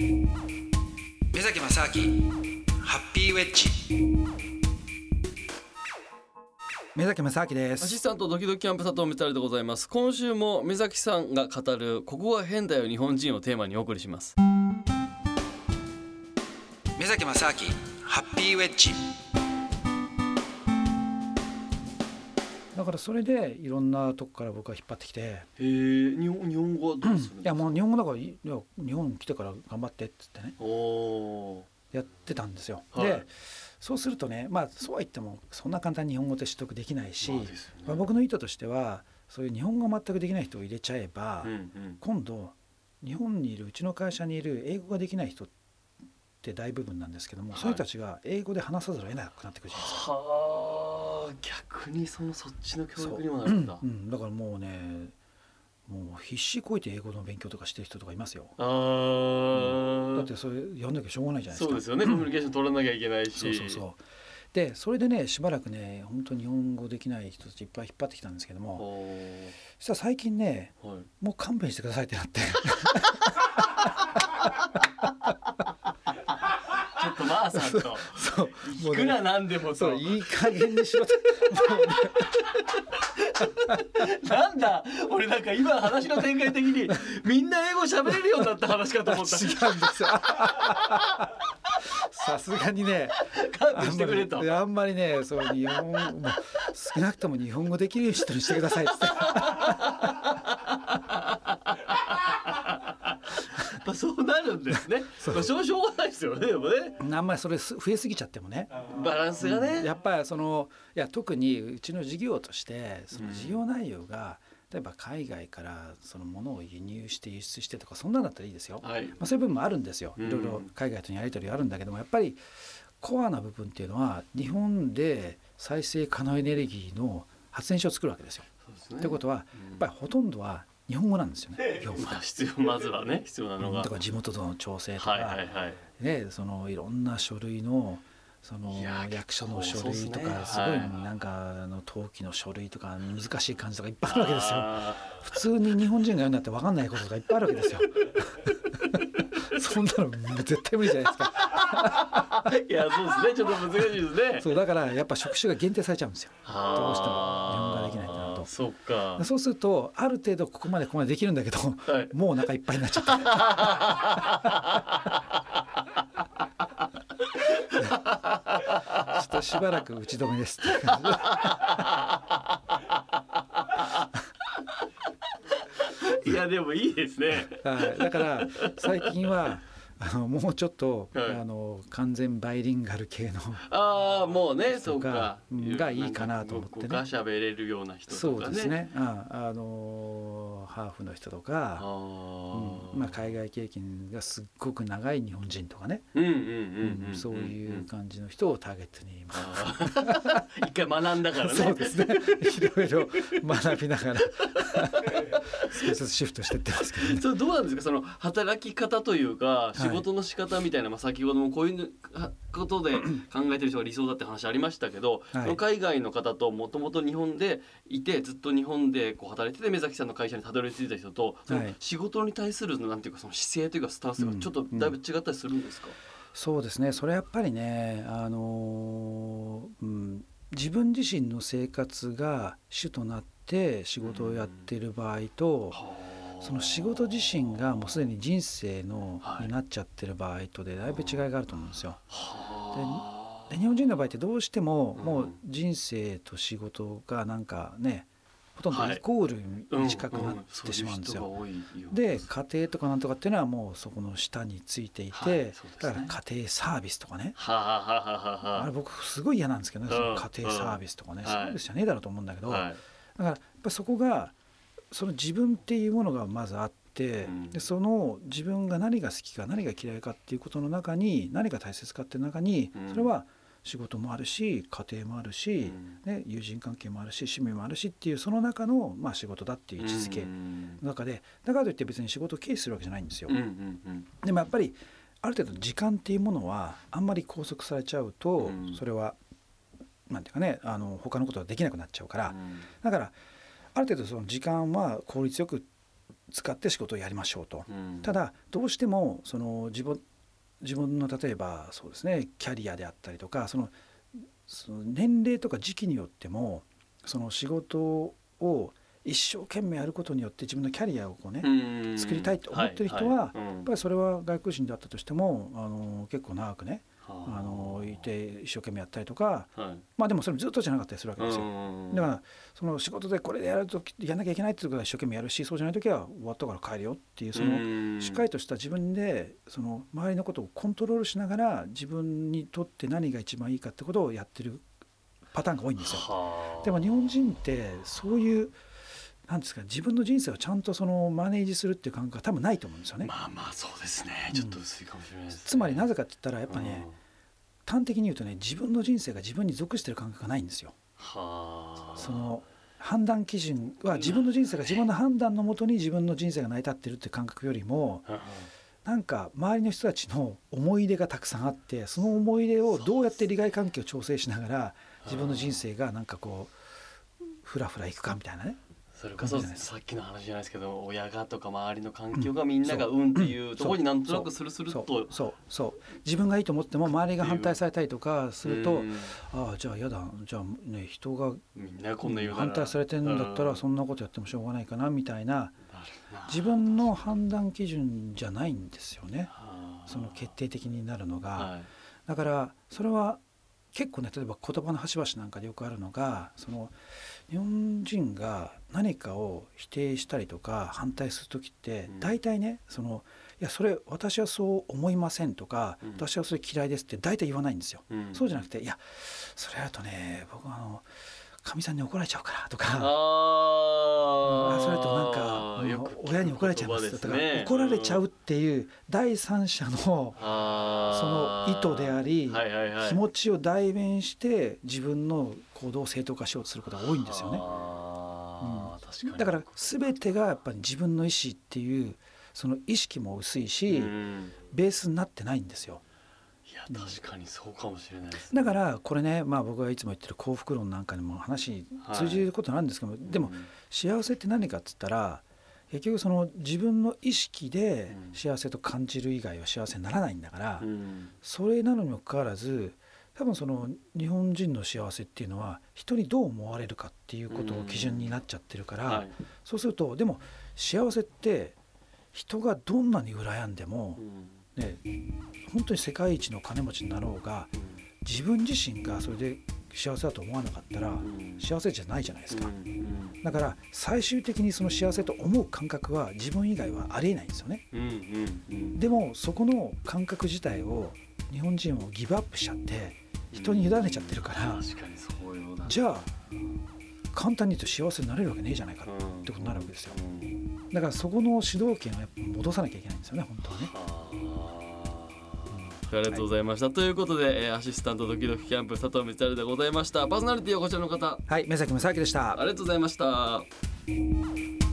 目崎正明ハッピーウェッジ。目崎正明です。 アシスタントドキドキキャンプ佐藤光でございます。今週も目崎さんが語るここが変だよ日本人をテーマにお送りします。 目崎正明ハッピーウェッジ。だからそれでいろんなとこから僕は引っ張ってきて、 日本語はどうするんですか？ いやもう日本語だから日本来てから頑張ってっつってねおやってたんですよ、 はい、 でそうするとね、まあそうは言ってもそんな簡単に日本語って取得できないし、僕の意図としてはそういう日本語全くできない人を入れちゃえば、今度日本にいるうちの会社にいる英語ができない人って大部分なんですけども、そういう人たちが英語で話さざるを得なくなってくるじゃないですか。 はあ、逆にそっちの教育にもなるんだ。 だからもうね、もう必死こいて英語の勉強とかしてる人とかいますよ。だってそれやんなきゃしょうがないじゃないですか。 そうですよね、コミュニケーション取らなきゃいけないし。 そうでそれでねしばらくね本当に日本語できない人たちいっぱい引っ張ってきたんですけども、そしたら最近ね、もう勘弁してくださいってなってちょっとまあさんといくらなんでもそういい加減にしろとなんだ俺なんか今話の展開的にみんな英語喋れるようになった話かと思った。 違うんですよさすがにね勘弁してくれと。 あんまりねそう日本も少なくとも日本語できる人にしてくださいってそうなるんですね。しょうがないですよね。でもねあんまりそれ増えすぎちゃってもねバランスがね、 やっぱり特にうちの事業としてその事業内容が、例えば海外からその物を輸入して輸出してとかそんなんだったらいいですよ、そういう部分もあるんですよ。いろいろ海外とのやり取りあるんだけども、やっぱりコアな部分っていうのは日本で再生可能エネルギーの発電所を作るわけですよ。ということはやっぱりほとんどは日本語なんですよね。 まずはね必要なのが、 だから地元との調整とか、そのいろんな書類のその役所の書類とかすごいなんか登記の書類とか難しい漢字とかいっぱいあるわけですよ。普通に日本人が読んだって分かんないこととかいっぱいあるわけですよそんなの絶対無理じゃないですかいやそうですね、ちょっと難しいですね。 そうだからやっぱ職種が限定されちゃうんですよ。どうしても日本語ができないってなると。そうするとある程度ここまでできるんだけど、もうお腹いっぱいになっちゃったちょっとしばらく打ち止めですって感じいやでもいいですねだから最近はもうちょっと、完全バイリンガル系のもうねそうかがいいかなと思ってね。 が喋れるような人とかね。 そうですね、ハーフの人とか、海外経験がすっごく長い日本人とかね、そういう感じの人をターゲットに今一回学んだからねそうですね、いろいろ学びながら少しずつシフトしてってますけどね。 それどうなんですか、その働き方というか仕事の仕方みたいな、先ほどもこういうことで考えてる人が理想だって話ありましたけど、海外の方ともともと日本でいてずっと日本で働いてて目崎さんの会社にたどり着いた人と、その仕事に対するなんていうかその姿勢というかスタンスがちょっとだいぶ違ったりするんですか？ そうですね、それやっぱりね、自分自身の生活が主となって仕事をやっている場合と、その仕事自身がもうすでに人生になっちゃってる場合とでだいぶ違いがあると思うんですよ。で日本人の場合ってどうしてももう人生と仕事がなんかねほとんどイコールに近くなってしまうんですよ。で家庭とかなんとかっていうのはもうそこの下についていて、だから家庭サービスとかね、あれ僕すごい嫌なんですけどね、その家庭サービスとかね、サービスじゃねえだろうと思うんだけど、だからやっぱそこがその自分っていうものがまずあって、でその自分が何が好きか何が嫌いかっていうことの中に何が大切かっていう中に、それは仕事もあるし家庭もあるし、友人関係もあるし趣味もあるしっていうその中の、仕事だっていう位置づけの中で、だからといって別に仕事を軽視するわけじゃないんですよ。でもやっぱりある程度時間っていうものはあんまり拘束されちゃうと、それはなんていうかね、他のことができなくなっちゃうから、だからある程度その時間は効率よく使って仕事をやりましょうと、 うん、 ただどうしてもその自分の例えばそうですねキャリアであったりとかその年齢とか時期によってもその仕事を一生懸命やることによって自分のキャリアをこうね作りたいと思ってる人はやっぱりそれは外国人だったとしても結構長くねいて一生懸命やったりとか、まあでもそれずっとじゃなかったりするわけですよ。だからその仕事でこれでやんなきゃいけないっていうことは一生懸命やるし、そうじゃない時は終わったから帰るよっていうそのしっかりとした自分でその周りのことをコントロールしながら自分にとって何が一番いいかってことをやってるパターンが多いんですよ。でも日本人ってそういうなんですか自分の人生をちゃんとそのマネージするっていう感覚が多分ないと思うんですよね。 まあそうですね、ちょっと薄いかもしれないですね。 つまりなぜかって言ったらやっぱね、端的に言うとね自分の人生が自分に属してる感覚がないんですよ。その判断基準は自分の人生が自分の判断のもとに自分の人生が成り立ってるっていう感覚よりもなんか周りの人たちの思い出がたくさんあって、その思い出をどうやって利害関係を調整しながら自分の人生がなんかこうフラフラいくかみたいなね。 それこそさっきの話じゃないですけど親がとか周りの環境がみんながっていうところになんとなくスルスルっとそう自分がいいと思っても周りが反対されたりとかするとじゃあやだじゃあね人がみんなこんな言うなら反対されてるんだったらそんなことやってもしょうがないかなみたいな自分の判断基準じゃないんですよね。その決定的になるのが、だからそれは結構ね例えば言葉の端々なんかでよくあるのがその日本人が何かを否定したりとか反対する時って大体ねそのいやそれ私はそう思いませんとか、私はそれ嫌いですって大体言わないんですよ。そうじゃなくていやそれやるとね僕はかみさんに怒られちゃうからとかそれとなんか親に怒られちゃいますとか、怒られちゃうっていう第三者のその意図であり気持ちを代弁して自分の行動を正当化しようとすることが多いんですよね。だから全てがやっぱり自分の意思っていうその意識も薄いしベースになってないんですよ。 いや確かにそうかもしれないですね。 だからこれね、僕がいつも言ってる幸福論なんかにも話通じることなんですけど、でも幸せって何かっつったら結局その自分の意識で幸せと感じる以外は幸せにならないんだから、それなのにもかかわらず多分その日本人の幸せっていうのは人にどう思われるかっていうことを基準になっちゃってるから、そうするとでも幸せって人がどんなに羨んでもね、本当に世界一の金持ちになろうが自分自身がそれで幸せだと思わなかったら幸せじゃないじゃないですか。だから最終的にその幸せと思う感覚は自分以外はありえないんですよね。でもそこの感覚自体を日本人はギブアップしちゃって人に委ねちゃってるから、じゃあ簡単に言うと幸せになれるわけねえじゃないかってことになるわけですよ。だからそこの主導権をやっぱ戻さなきゃいけないんですよね本当はね。 ありがとうございました、ということで、アシスタントドキドキキャンプ佐藤光晴でございました。パーソナリティはこちらの方、 目崎正明でした。 ありがとうございました。